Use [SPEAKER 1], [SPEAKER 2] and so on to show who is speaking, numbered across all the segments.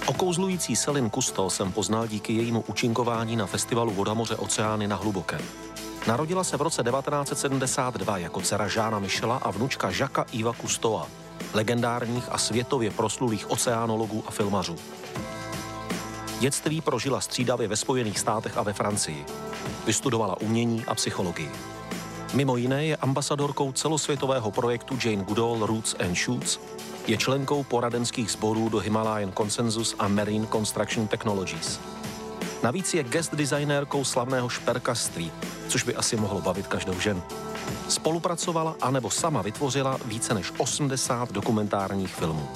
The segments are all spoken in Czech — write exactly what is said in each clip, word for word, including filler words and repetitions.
[SPEAKER 1] Okouzlující Céline Cousteau jsem poznal díky jejímu účinkování na festivalu Voda, moře, oceány na Hlubokém. Narodila se v roce devatenáct set sedmdesát dva jako dcera Jeana Michela a vnučka Jacquesa Yvesa Cousteaua, legendárních a světově proslulých oceánologů a filmařů. Dětství prožila střídavě ve Spojených státech a ve Francii. Vystudovala umění a psychologii. Mimo jiné je ambasadorkou celosvětového projektu Jane Goodall Roots and Shoots, je členkou poradenských sborů do Himalayan Consensus a Marine Construction Technologies. Navíc je guest designérkou slavného šperkařství, což by asi mohlo bavit každou ženu. Spolupracovala anebo sama vytvořila více než osmdesát dokumentárních filmů.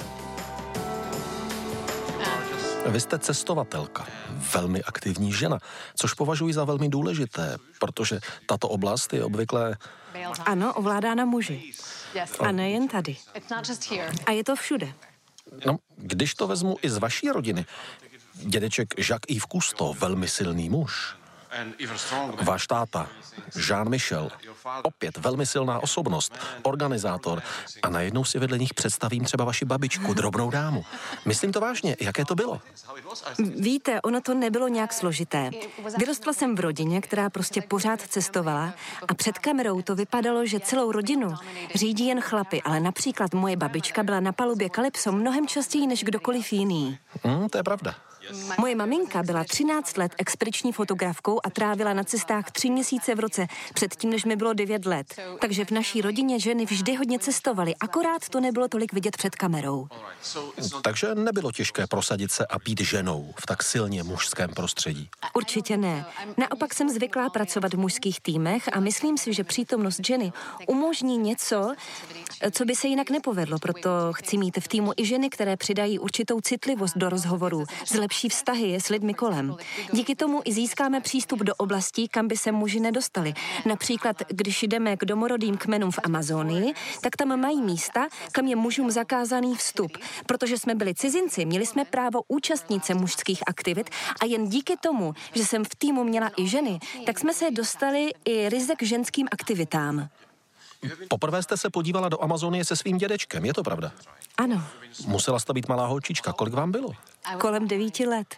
[SPEAKER 1] Vy jste cestovatelka, velmi aktivní žena, což považuji za velmi důležité, protože tato oblast je obvykle...
[SPEAKER 2] Ano, ovládána muži. A nejen tady. A je to všude.
[SPEAKER 1] No, když to vezmu i z vaší rodiny, dědeček Jacques-Yves Cousteau, velmi silný muž. Váš táta, Jean Michel, opět velmi silná osobnost, organizátor, a najednou si vedle nich představím třeba vaši babičku, drobnou dámu. Myslím to vážně, jaké to bylo?
[SPEAKER 2] Víte, ono to nebylo nějak složité. Vyrostla jsem v rodině, která prostě pořád cestovala a před kamerou to vypadalo, že celou rodinu řídí jen chlapy, ale například moje babička byla na palubě Calypso mnohem častěji než kdokoliv jiný.
[SPEAKER 1] Hmm, to je pravda.
[SPEAKER 2] Moje maminka byla třináct let expediční fotografkou a trávila na cestách tři měsíce v roce, předtím, než mi bylo devět let. Takže v naší rodině ženy vždy hodně cestovaly, akorát to nebylo tolik vidět před kamerou.
[SPEAKER 1] Takže nebylo těžké prosadit se a být ženou v tak silně mužském prostředí?
[SPEAKER 2] Určitě ne. Naopak jsem zvyklá pracovat v mužských týmech a myslím si, že přítomnost ženy umožní něco, co by se jinak nepovedlo. Proto chci mít v týmu i ženy, které přidají určitou citlivost do rozhovoru, zlepší vztahy s lidmi kolem. Díky tomu i získáme přístup do oblastí, kam by se muži nedostali. Například, když jdeme k domorodým kmenům v Amazonii, tak tam mají místa, kam je mužům zakázaný vstup. Protože jsme byli cizinci, měli jsme právo účastnit se mužských aktivit a jen díky tomu, že jsem v týmu měla i ženy, tak jsme se dostali i ryze k ženským aktivitám.
[SPEAKER 1] Poprvé jste se podívala do Amazonie se svým dědečkem, je to pravda?
[SPEAKER 2] Ano.
[SPEAKER 1] Musela jste být malá holčička, kolik vám bylo?
[SPEAKER 2] Kolem devíti let.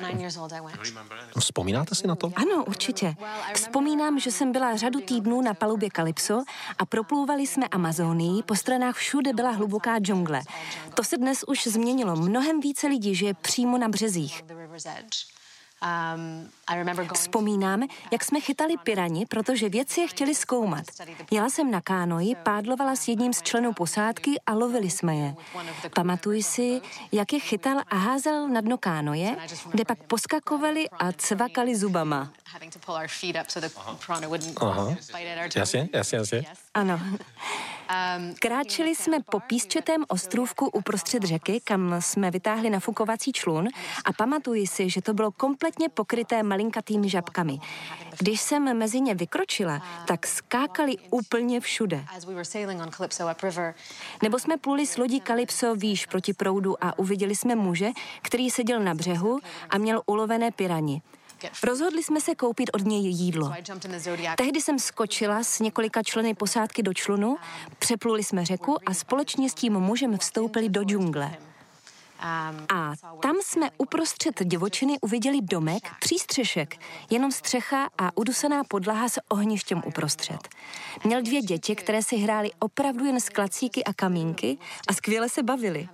[SPEAKER 1] Vzpomínáte si na to?
[SPEAKER 2] Ano, určitě. Vzpomínám, že jsem byla řadu týdnů na palubě Calypso a proplouvali jsme Amazonii, po stranách všude byla hluboká džungle. To se dnes už změnilo, mnohem více lidí žije přímo na březích. Vzpomínám, jak jsme chytali pirani, protože vědci je chtěli zkoumat. Jela jsem na kánoji, pádlovala s jedním z členů posádky a lovili jsme je. Pamatuji si, jak je chytal a házel na dno kánoje, kde pak poskakovali a cvakali zubama.
[SPEAKER 1] Aha, jasně, jasně, jasně.
[SPEAKER 2] Ano. Kráčeli jsme po písčetém ostrůvku uprostřed řeky, kam jsme vytáhli nafukovací člun a pamatuji si, že to bylo kompletně pokryté malinkatými žabkami. Když jsem mezi ně vykročila, tak skákali úplně všude. Nebo jsme pluli s lodí Calypso výš proti proudu a uviděli jsme muže, který seděl na břehu a měl ulovené pirani. Rozhodli jsme se koupit od něj jídlo. Tehdy jsem skočila s několika členy posádky do člunu, přepluli jsme řeku a společně s tím mužem vstoupili do džungle. A tam jsme uprostřed divočiny uviděli domek, přístřešek, jenom střecha a udusaná podlaha s ohništěm uprostřed. Měl dvě děti, které si hrály opravdu jen s klacíky a kamínky a skvěle se bavili.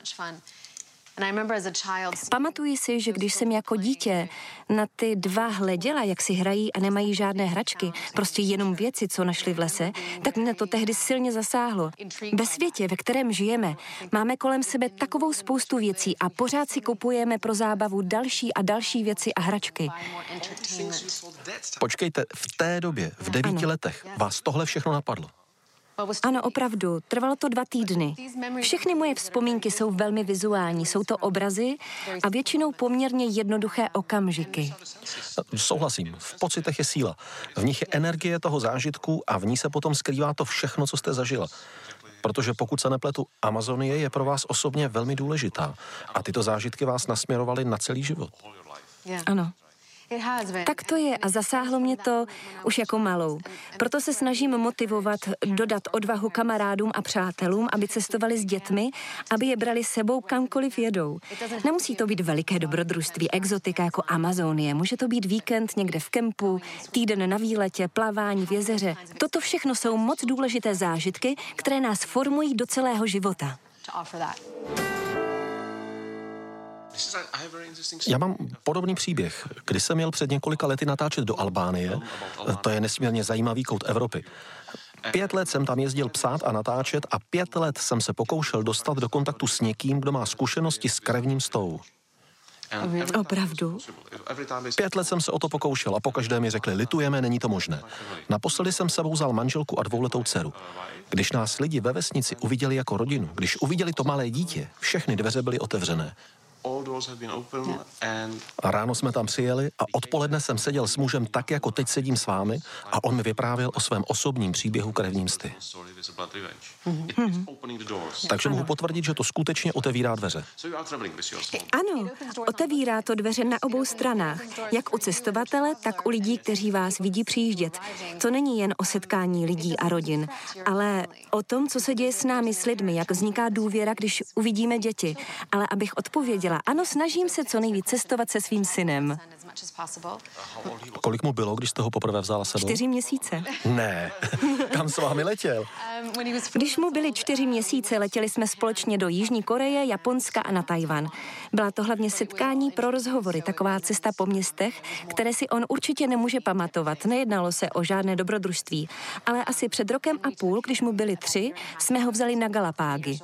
[SPEAKER 2] Pamatuji si, že když jsem jako dítě na ty dva hleděla, jak si hrají a nemají žádné hračky, prostě jenom věci, co našli v lese, tak mě to tehdy silně zasáhlo. Ve světě, ve kterém žijeme, máme kolem sebe takovou spoustu věcí a pořád si kupujeme pro zábavu další a další věci a hračky.
[SPEAKER 1] Počkejte, v té době, v devíti ano. letech, vás tohle všechno napadlo?
[SPEAKER 2] Ano, opravdu. Trvalo to dva týdny. Všechny moje vzpomínky jsou velmi vizuální. Jsou to obrazy a většinou poměrně jednoduché okamžiky.
[SPEAKER 1] Souhlasím. V pocitech je síla. V nich je energie toho zážitku a v ní se potom skrývá to všechno, co jste zažila. Protože pokud se nepletu, Amazonie je pro vás osobně velmi důležitá a tyto zážitky vás nasměrovaly na celý život.
[SPEAKER 2] Ano. Tak to je a zasáhlo mě to už jako malou. Proto se snažím motivovat, dodat odvahu kamarádům a přátelům, aby cestovali s dětmi, aby je brali sebou kamkoliv jedou. Nemusí to být veliké dobrodružství, exotika jako Amazonie. Může to být víkend někde v kempu, týden na výletě, plavání v jezeře. Toto všechno jsou moc důležité zážitky, které nás formují do celého života.
[SPEAKER 1] Já mám podobný příběh, kdy jsem měl před několika lety natáčet do Albánie. To je nesmírně zajímavý kout Evropy. Pět let jsem tam jezdil psát a natáčet a pět let jsem se pokoušel dostat do kontaktu s někým, kdo má zkušenosti s krevním stou.
[SPEAKER 2] Opravdu?
[SPEAKER 1] Pět let jsem se o to pokoušel a pokaždé mi řekli, litujeme, není to možné. Naposledy jsem sebou vzal manželku a dvouletou dceru. Když nás lidi ve vesnici uviděli jako rodinu, když uviděli to malé dítě, všechny dveře byly otevřené. A ráno jsme tam přijeli a odpoledne jsem seděl s mužem tak, jako teď sedím s vámi a on mi vyprávěl o svém osobním příběhu krevní msty. Mm-hmm. Takže mohu potvrdit, že to skutečně otevírá dveře.
[SPEAKER 2] Ano, otevírá to dveře na obou stranách, jak u cestovatele, tak u lidí, kteří vás vidí přijíždět. To není jen o setkání lidí a rodin, ale o tom, co se děje s námi, s lidmi, jak vzniká důvěra, když uvidíme děti. Ale abych odpověděla, ano, snažím se co nejvíc cestovat se svým synem.
[SPEAKER 1] Kolik mu bylo, když jste ho poprvé vzala sebou?
[SPEAKER 2] Čtyři měsíce.
[SPEAKER 1] Ne, kam s vámi letěl?
[SPEAKER 2] Když mu byly čtyři měsíce, letěli jsme společně do Jižní Koreje, Japonska a na Tajvan. Byla to hlavně setkání pro rozhovory, taková cesta po městech, které si on určitě nemůže pamatovat. Nejednalo se o žádné dobrodružství. Ale asi před rokem a půl, když mu byli tři, jsme ho vzali na Galapágy.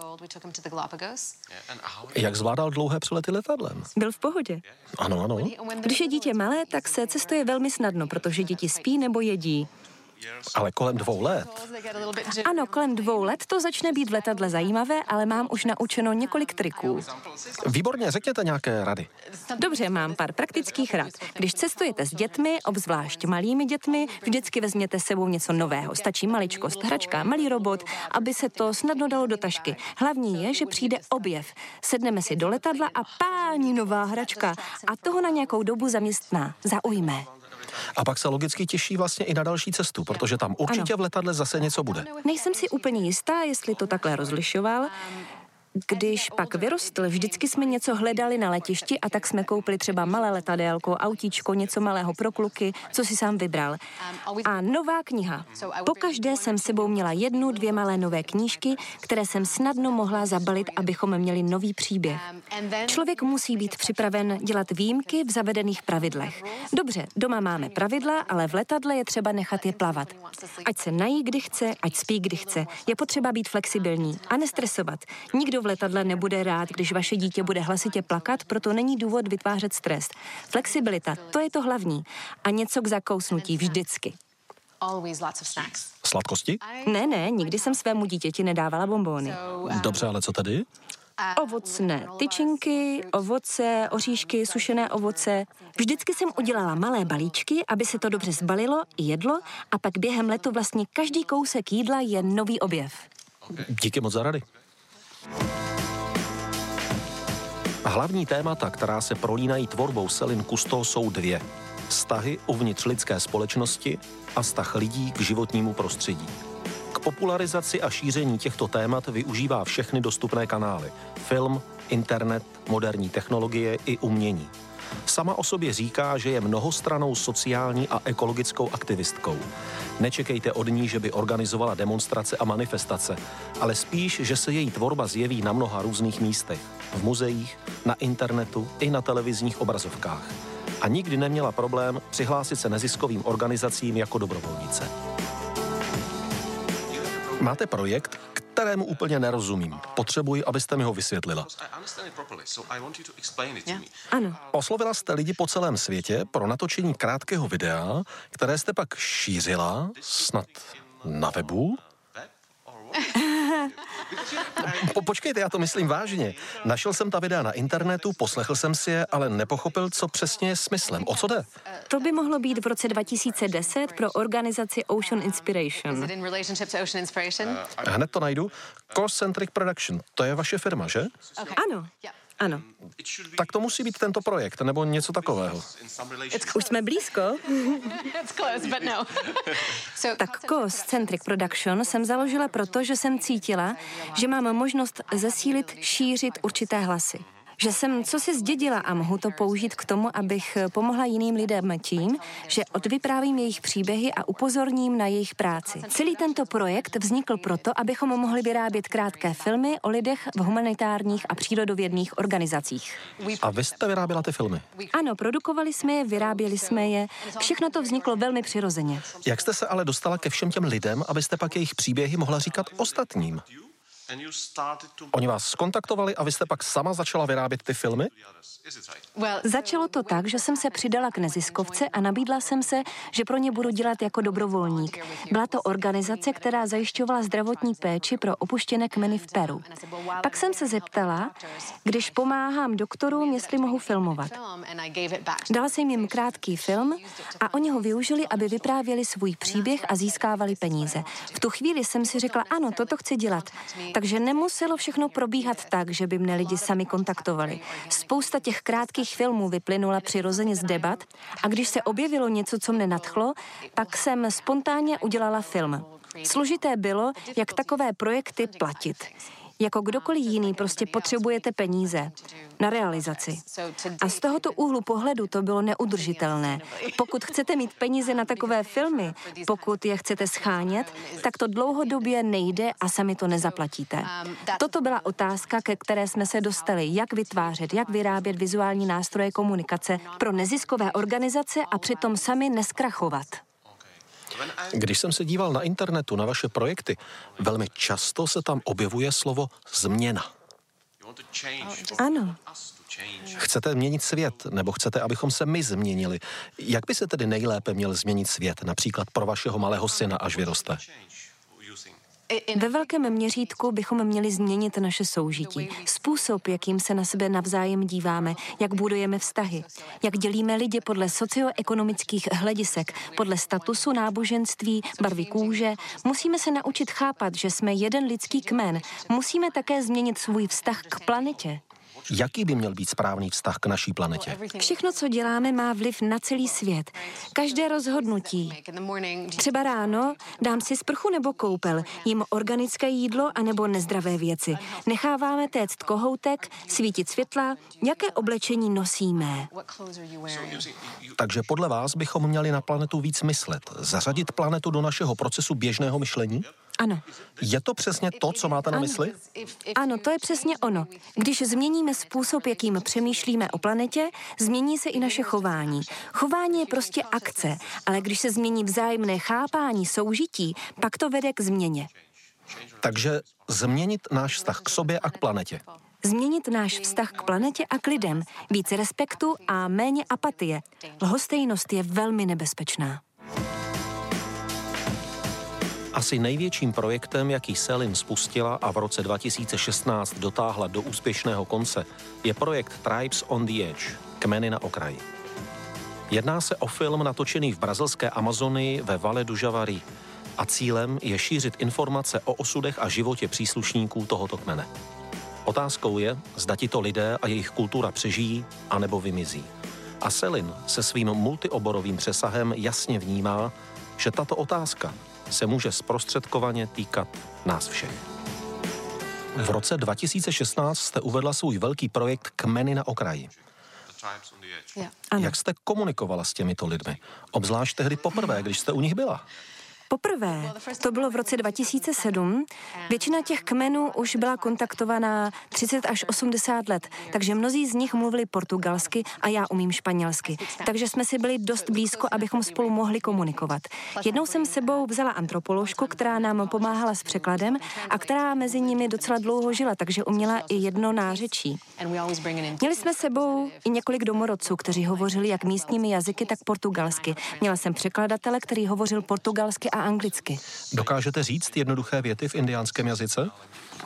[SPEAKER 1] Jak zvládal dlouhé přelety letadlem?
[SPEAKER 2] Byl v pohodě.
[SPEAKER 1] Ano, ano.
[SPEAKER 2] Když je dítě malé, tak se cestuje velmi snadno, protože děti spí nebo jedí.
[SPEAKER 1] Ale kolem dvou let?
[SPEAKER 2] Ano, kolem dvou let to začne být v letadle zajímavé, ale mám už naučeno několik triků.
[SPEAKER 1] Výborně, řekněte nějaké rady.
[SPEAKER 2] Dobře, mám pár praktických rad. Když cestujete s dětmi, obzvlášť malými dětmi, vždycky vezměte s sebou něco nového. Stačí maličkost, hračka, malý robot, aby se to snadno dalo do tašky. Hlavní je, že přijde objev. Sedneme si do letadla a páni, nová hračka. A toho na nějakou dobu zaměstná, zaujme.
[SPEAKER 1] A pak se logicky těší vlastně i na další cestu, protože tam určitě ano. v letadle zase něco bude.
[SPEAKER 2] Nejsem si úplně jistá, jestli to takhle rozlišoval. Když pak vyrostl, vždycky jsme něco hledali na letišti a tak jsme koupili třeba malé letadélko, autíčko, něco malého pro kluky, co si sám vybral. A nová kniha. Pokaždé jsem sebou měla jednu, dvě malé nové knížky, které jsem snadno mohla zabalit, abychom měli nový příběh. Člověk musí být připraven dělat výjimky v zavedených pravidlech. Dobře, doma máme pravidla, ale v letadle je třeba nechat je plavat. Ať se nají, kdy chce, ať spí, kdy chce. Je potřeba být flexibilní a nestresovat. Nikdo v letadle nebude rád, když vaše dítě bude hlasitě plakat, proto není důvod vytvářet stres. Flexibilita, to je to hlavní. A něco k zakousnutí vždycky.
[SPEAKER 1] Sladkosti?
[SPEAKER 2] Ne, ne, nikdy jsem svému dítěti nedávala bonbóny.
[SPEAKER 1] Dobře, ale co tedy?
[SPEAKER 2] Ovocné tyčinky, ovoce, oříšky, sušené ovoce. Vždycky jsem udělala malé balíčky, aby se to dobře zbalilo i jedlo a pak během letu vlastně každý kousek jídla je nový objev.
[SPEAKER 1] Díky moc za rady. Hlavní témata, která se prolínají tvorbou Céline Cousteau, jsou dvě. Vztahy uvnitř lidské společnosti a vztah lidí k životnímu prostředí. K popularizaci a šíření těchto témat využívá všechny dostupné kanály. Film, internet, moderní technologie i umění. Sama o sobě říká, že je mnohostrannou sociální a ekologickou aktivistkou. Nečekejte od ní, že by organizovala demonstrace a manifestace, ale spíš, že se její tvorba zjeví na mnoha různých místech. V muzeích, na internetu i na televizních obrazovkách. A nikdy neměla problém přihlásit se neziskovým organizacím jako dobrovolnice. Máte projekt, kterému úplně nerozumím. Potřebuji, abyste mi ho vysvětlila.
[SPEAKER 2] Ano.
[SPEAKER 1] Oslovila jste lidi po celém světě pro natočení krátkého videa, které jste pak šířila, snad na webu? Po, počkejte, já to myslím vážně. Našel jsem ta videa na internetu, poslechl jsem si je, ale nepochopil, co přesně je smyslem. O co jde?
[SPEAKER 2] To by mohlo být v roce dva tisíce deset pro organizaci Ocean Inspiration.
[SPEAKER 1] Hned to najdu. Cost Centric Production, to je vaše firma, že?
[SPEAKER 2] Ano. Ano.
[SPEAKER 1] Tak to musí být tento projekt, nebo něco takového.
[SPEAKER 2] Už jsme blízko. Tak C O S, Centric Production, jsem založila proto, že jsem cítila, že mám možnost zesílit, šířit určité hlasy. Že jsem co si zdědila a mohu to použít k tomu, abych pomohla jiným lidem tím, že odvyprávím jejich příběhy a upozorním na jejich práci. Celý tento projekt vznikl proto, abychom mohli vyrábět krátké filmy o lidech v humanitárních a přírodovědných organizacích.
[SPEAKER 1] A vy jste vyráběla ty filmy?
[SPEAKER 2] Ano, produkovali jsme je, vyráběli jsme je, všechno to vzniklo velmi přirozeně.
[SPEAKER 1] Jak jste se ale dostala ke všem těm lidem, abyste pak jejich příběhy mohla říkat ostatním? Oni vás skontaktovali a vy jste pak sama začala vyrábět ty filmy?
[SPEAKER 2] Začalo to tak, že jsem se přidala k neziskovce a nabídla jsem se, že pro ně budu dělat jako dobrovolník. Byla to organizace, která zajišťovala zdravotní péči pro opuštěné kmeny v Peru. Pak jsem se zeptala, když pomáhám doktorům, jestli mohu filmovat. Dala jsem jim krátký film a oni ho využili, aby vyprávěli svůj příběh a získávali peníze. V tu chvíli jsem si řekla, ano, toto chci dělat. Takže nemuselo všechno probíhat tak, že by mne lidi sami kontaktovali. Spousta těch krátkých filmů vyplynula přirozeně z debat a když se objevilo něco, co mne nadchlo, pak jsem spontánně udělala film. Složité bylo, jak takové projekty platit. Jako kdokoliv jiný prostě potřebujete peníze na realizaci. A z tohoto úhlu pohledu to bylo neudržitelné. Pokud chcete mít peníze na takové filmy, pokud je chcete schánět, tak to dlouhodobě nejde a sami to nezaplatíte. Toto byla otázka, ke které jsme se dostali, jak vytvářet, jak vyrábět vizuální nástroje komunikace pro neziskové organizace a přitom sami neskrachovat.
[SPEAKER 1] Když jsem se díval na internetu na vaše projekty, velmi často se tam objevuje slovo změna.
[SPEAKER 2] Ano.
[SPEAKER 1] Chcete měnit svět, nebo chcete, abychom se my změnili? Jak by se tedy nejlépe měl změnit svět, například pro vašeho malého syna, až vyroste?
[SPEAKER 2] Ve velkém měřítku bychom měli změnit naše soužití. Způsob, jakým se na sebe navzájem díváme, jak budujeme vztahy, jak dělíme lidi podle socioekonomických hledisek, podle statusu, náboženství, barvy kůže. Musíme se naučit chápat, že jsme jeden lidský kmen. Musíme také změnit svůj vztah k planetě.
[SPEAKER 1] Jaký by měl být správný vztah k naší planetě?
[SPEAKER 2] Všechno, co děláme, má vliv na celý svět. Každé rozhodnutí. Třeba ráno dám si sprchu nebo koupel, jím organické jídlo anebo nezdravé věci. Necháváme téct kohoutek, svítit světla, jaké oblečení nosíme.
[SPEAKER 1] Takže podle vás bychom měli na planetu víc myslet, zařadit planetu do našeho procesu běžného myšlení?
[SPEAKER 2] Ano.
[SPEAKER 1] Je to přesně to, co máte na mysli?
[SPEAKER 2] Ano, to je přesně ono. Když změníme způsob, jakým přemýšlíme o planetě, změní se i naše chování. Chování je prostě akce, ale když se změní vzájemné chápání, soužití, pak to vede k změně.
[SPEAKER 1] Takže změnit náš vztah k sobě a k planetě.
[SPEAKER 2] Změnit náš vztah k planetě a k lidem. Více respektu a méně apatie. Lhostejnost je velmi nebezpečná.
[SPEAKER 1] Asi největším projektem, jaký Céline spustila a v roce dva tisíce šestnáct dotáhla do úspěšného konce, je projekt Tribes on the Edge, kmeny na okraji. Jedná se o film natočený v brazilské Amazonii ve Valle do Javari a cílem je šířit informace o osudech a životě příslušníků tohoto kmene. Otázkou je, zda tito lidé a jejich kultura přežijí, anebo vymizí. A Céline se svým multioborovým přesahem jasně vnímá, že tato otázka se může zprostředkovaně týkat nás všech. V roce dva tisíce šestnáct jste uvedla svůj velký projekt Kmeny na okraji. Jak jste komunikovala s těmito lidmi? Obzvlášť tehdy poprvé, když jste u nich byla.
[SPEAKER 2] Poprvé, to bylo v roce dva tisíce sedm, většina těch kmenů už byla kontaktovaná třicet až osmdesát let, takže mnozí z nich mluvili portugalsky a já umím španělsky, takže jsme si byli dost blízko, abychom spolu mohli komunikovat. Jednou jsem s sebou vzala antropoložku, která nám pomáhala s překladem a která mezi nimi docela dlouho žila, takže uměla i jedno nářečí. Měli jsme s sebou i několik domorodců, kteří hovořili jak místními jazyky, tak portugalsky. Měla jsem překladatele, který hovořil portugalsky a anglicky.
[SPEAKER 1] Dokážete říct jednoduché věty v indiánském jazyce?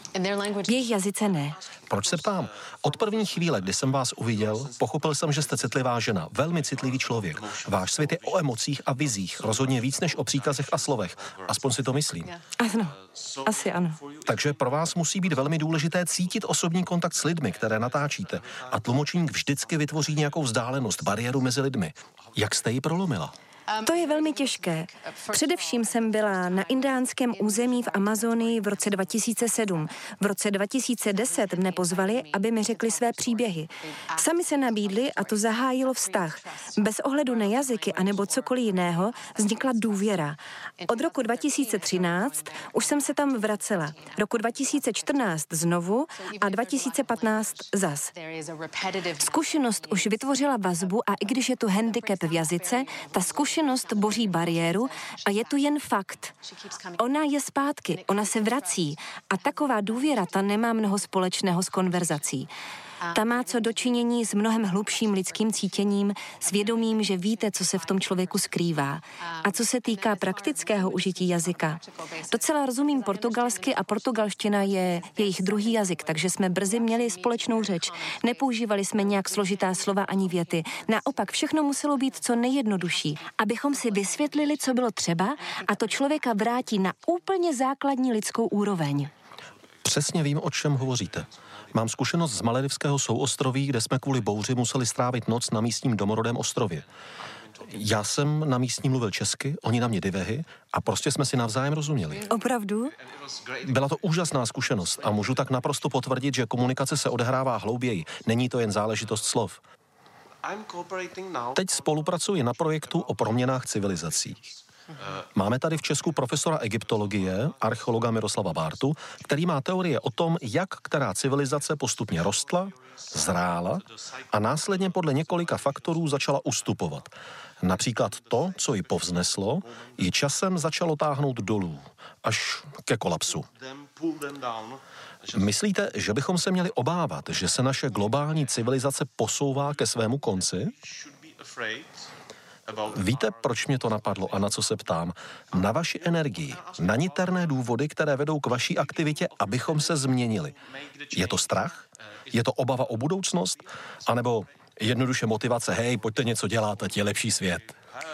[SPEAKER 2] V jejich jazyce ne.
[SPEAKER 1] Proč se ptám? Od první chvíle, kdy jsem vás uviděl, pochopil jsem, že jste citlivá žena, velmi citlivý člověk. Váš svět je o emocích a vizích, rozhodně víc než o příkazech a slovech. Aspoň si to myslím.
[SPEAKER 2] Ano, asi ano.
[SPEAKER 1] Takže pro vás musí být velmi důležité cítit osobní kontakt s lidmi, které natáčíte. A tlumočník vždycky vytvoří nějakou vzdálenost, bariéru mezi lidmi. Jak jste ji prolomila?
[SPEAKER 2] To je velmi těžké. Především jsem byla na indiánském území v Amazonii v roce dva tisíce sedm. V roce dva tisíce deset mne pozvali, aby mi řekli své příběhy. Sami se nabídli a to zahájilo vztah. Bez ohledu na jazyky anebo cokoliv jiného vznikla důvěra. Od roku dva tisíce třináct už jsem se tam vracela. Roku dva tisíce čtrnáct znovu a dva tisíce patnáct zas. Zkušenost už vytvořila vazbu a i když je tu handicap v jazyce, ta zkušenost boří bariéru a je tu jen fakt. Ona je zpátky, ona se vrací a taková důvěra, ta nemá mnoho společného s konverzací. Ta má co dočinění s mnohem hlubším lidským cítěním, s vědomím, že víte, co se v tom člověku skrývá. A co se týká praktického užití jazyka, docela rozumím portugalsky a portugalština je jejich druhý jazyk, takže jsme brzy měli společnou řeč. Nepoužívali jsme nějak složitá slova ani věty. Naopak všechno muselo být co nejjednodušší, abychom si vysvětlili, co bylo třeba a to člověka vrátí na úplně základní lidskou úroveň.
[SPEAKER 1] Přesně vím, o čem hovoříte. Mám zkušenost z Maledivského souostroví, kde jsme kvůli bouři museli strávit noc na místním domorodém ostrově. Já jsem na místní mluvil česky, oni na mě divehy a prostě jsme si navzájem rozuměli.
[SPEAKER 2] Opravdu?
[SPEAKER 1] Byla to úžasná zkušenost a můžu tak naprosto potvrdit, že komunikace se odehrává hlouběji. Není to jen záležitost slov. Teď spolupracuji na projektu o proměnách civilizací. Máme tady v Česku profesora egyptologie, archeologa Miroslava Bártu, který má teorie o tom, jak která civilizace postupně rostla, zrála a následně podle několika faktorů začala ustupovat. Například to, co ji povzneslo, ji časem začalo táhnout dolů, až ke kolapsu. Myslíte, že bychom se měli obávat, že se naše globální civilizace posouvá ke svému konci? Víte, proč mě to napadlo a na co se ptám? Na vaši energii, na niterné důvody, které vedou k vaší aktivitě, abychom se změnili. Je to strach? Je to obava o budoucnost? A nebo jednoduše motivace, hej, pojďte něco dělat, ať je lepší svět?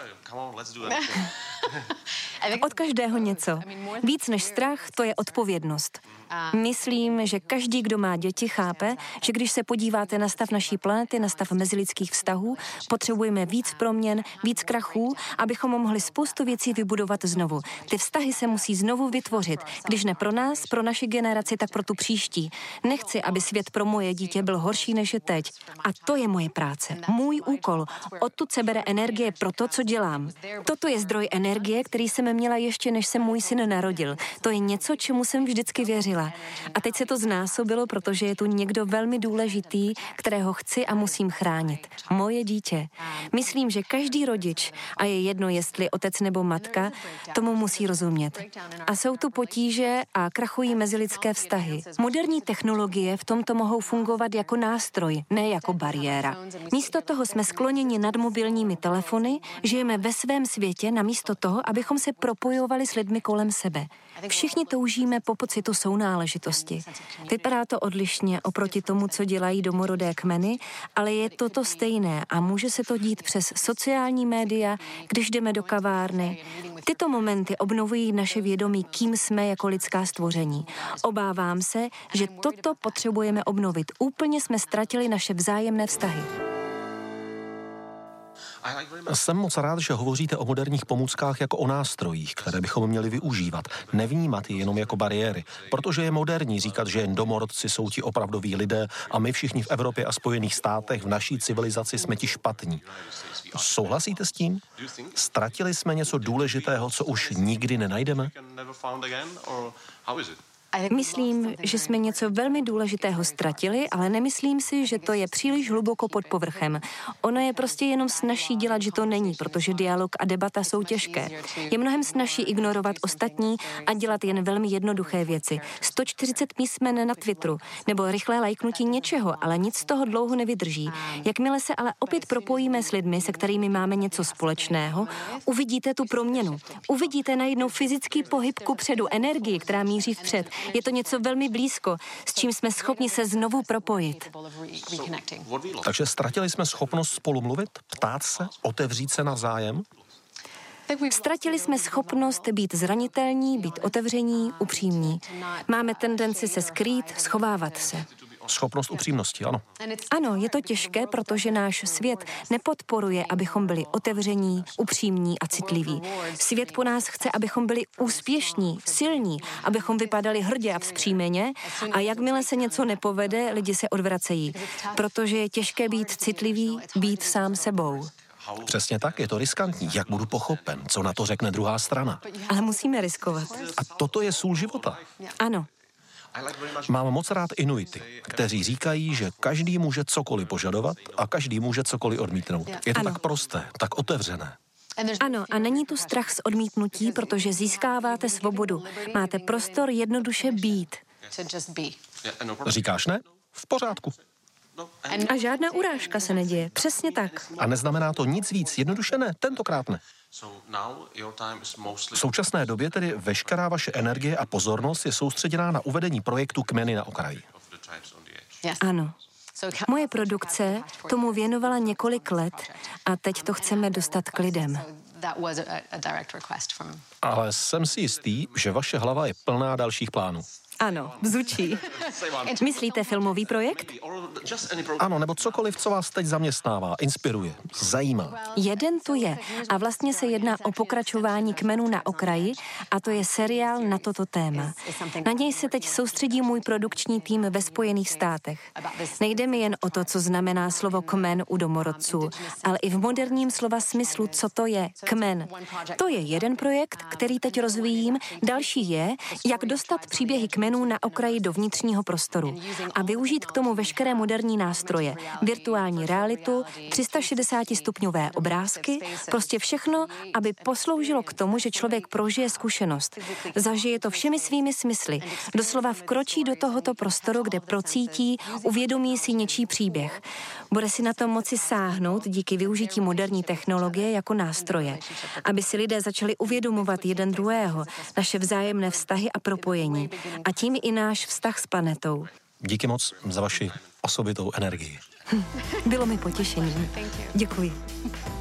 [SPEAKER 2] Od každého něco. Víc než strach, to je odpovědnost. Myslím, že každý, kdo má děti, chápe, že když se podíváte na stav naší planety, na stav mezilidských vztahů, potřebujeme víc proměn, víc krachů, abychom mohli spoustu věcí vybudovat znovu. Ty vztahy se musí znovu vytvořit, když ne pro nás, pro naši generaci, tak pro tu příští. Nechci, aby svět pro moje dítě byl horší, než je teď. A to je moje práce, můj úkol. Odtud se bere energie pro to, co dělám. Toto je zdroj energie, který jsem měla ještě, než se můj syn narodil. To je něco, čemu jsem vždycky věřila. A teď se to znásobilo, protože je tu někdo velmi důležitý, kterého chci a musím chránit. Moje dítě. Myslím, že každý rodič, a je jedno, jestli otec nebo matka, tomu musí rozumět. A jsou tu potíže a krachují mezilidské vztahy. Moderní technologie v tomto mohou fungovat jako nástroj, ne jako bariéra. Místo toho jsme skloněni nad mobilními telefony, žijeme ve svém světě namísto toho, abychom se propojovali s lidmi kolem sebe. Všichni toužíme po pocitu sounáležitosti. Vypadá to odlišně oproti tomu, co dělají domorodé kmeny, ale je to to stejné a může se to dít přes sociální média, když jdeme do kavárny. Tyto momenty obnovují naše vědomí, kým jsme jako lidská stvoření. Obávám se, že toto potřebujeme obnovit. Úplně jsme ztratili naše vzájemné vztahy.
[SPEAKER 1] Jsem moc rád, že hovoříte o moderních pomůckách jako o nástrojích, které bychom měli využívat. Nevnímat je jenom jako bariéry, protože je moderní říkat, že jen domorodci jsou ti opravdoví lidé a my všichni v Evropě a Spojených státech v naší civilizaci jsme ti špatní. Souhlasíte s tím? Ztratili jsme něco důležitého, co už nikdy nenajdeme?
[SPEAKER 2] Myslím, že jsme něco velmi důležitého ztratili, ale nemyslím si, že to je příliš hluboko pod povrchem. Ono je prostě jenom snazší dělat, že to není, protože dialog a debata jsou těžké. Je mnohem snazší ignorovat ostatní a dělat jen velmi jednoduché věci. sto čtyřicet písmen na Twitteru nebo rychlé lajknutí něčeho, ale nic z toho dlouho nevydrží. Jakmile se ale opět propojíme s lidmi, se kterými máme něco společného, uvidíte tu proměnu. Uvidíte najednou fyzický pohyb kupředu, energii, která míří vpřed. Je to něco velmi blízko, s čím jsme schopni se znovu propojit.
[SPEAKER 1] Takže ztratili jsme schopnost spolu mluvit, ptát se, otevřít se navzájem?
[SPEAKER 2] Ztratili jsme schopnost být zranitelní, být otevření, upřímní. Máme tendenci se skrýt, schovávat se.
[SPEAKER 1] Schopnost upřímnosti, ano.
[SPEAKER 2] Ano, je to těžké, protože náš svět nepodporuje, abychom byli otevření, upřímní a citliví. Svět po nás chce, abychom byli úspěšní, silní, abychom vypadali hrdě a vzpřímeně, a jakmile se něco nepovede, lidi se odvracejí, protože je těžké být citlivý, být sám sebou.
[SPEAKER 1] Přesně tak, je to riskantní. Jak budu pochopen? Co na to řekne druhá strana?
[SPEAKER 2] Ale musíme riskovat.
[SPEAKER 1] A toto je sůl života.
[SPEAKER 2] Ano.
[SPEAKER 1] Mám moc rád Inuity, kteří říkají, že každý může cokoliv požadovat a každý může cokoliv odmítnout. Je to
[SPEAKER 2] Ano.
[SPEAKER 1] tak prosté, tak otevřené.
[SPEAKER 2] Ano, a není tu strach z odmítnutí, protože získáváte svobodu. Máte prostor jednoduše být.
[SPEAKER 1] Říkáš ne? V pořádku.
[SPEAKER 2] A žádná urážka se neděje. Přesně tak.
[SPEAKER 1] A neznamená to nic víc, jednoduše ne, tentokrát ne. V současné době tedy veškerá vaše energie a pozornost je soustředěná na uvedení projektu Kmeny na okraji.
[SPEAKER 2] Ano. Moje produkce tomu věnovala několik let a teď to chceme dostat k lidem.
[SPEAKER 1] Ale jsem si jistý, že vaše hlava je plná dalších plánů.
[SPEAKER 2] Ano, bzučí. Myslíte filmový projekt?
[SPEAKER 1] Ano, nebo cokoliv, co vás teď zaměstnává, inspiruje, zajímá.
[SPEAKER 2] Jeden tu je a vlastně se jedná o pokračování Kmenů na okraji a to je seriál na toto téma. Na něj se teď soustředí můj produkční tým ve Spojených státech. Nejde mi jen o to, co znamená slovo kmen u domorodců, ale i v moderním slova smyslu, co to je kmen. To je jeden projekt, který teď rozvíjím. Další je, jak dostat příběhy kmenů na okraji do vnitřního prostoru a využít k tomu veškeré moderní nástroje, virtuální realitu, tři sta šedesát stupňové obrázky, prostě všechno, aby posloužilo k tomu, že člověk prožije zkušenost. Zažije to všemi svými smysly. Doslova vkročí do tohoto prostoru, kde procítí, uvědomí si něčí příběh. Bude si na to moci sáhnout díky využití moderní technologie jako nástroje, aby si lidé začali uvědomovat jeden druhého, naše vzájemné vztahy a propojení. A tím i náš vztah s planetou.
[SPEAKER 1] Díky moc za vaši osobitou energii.
[SPEAKER 2] Bylo mi potěšením. Děkuji.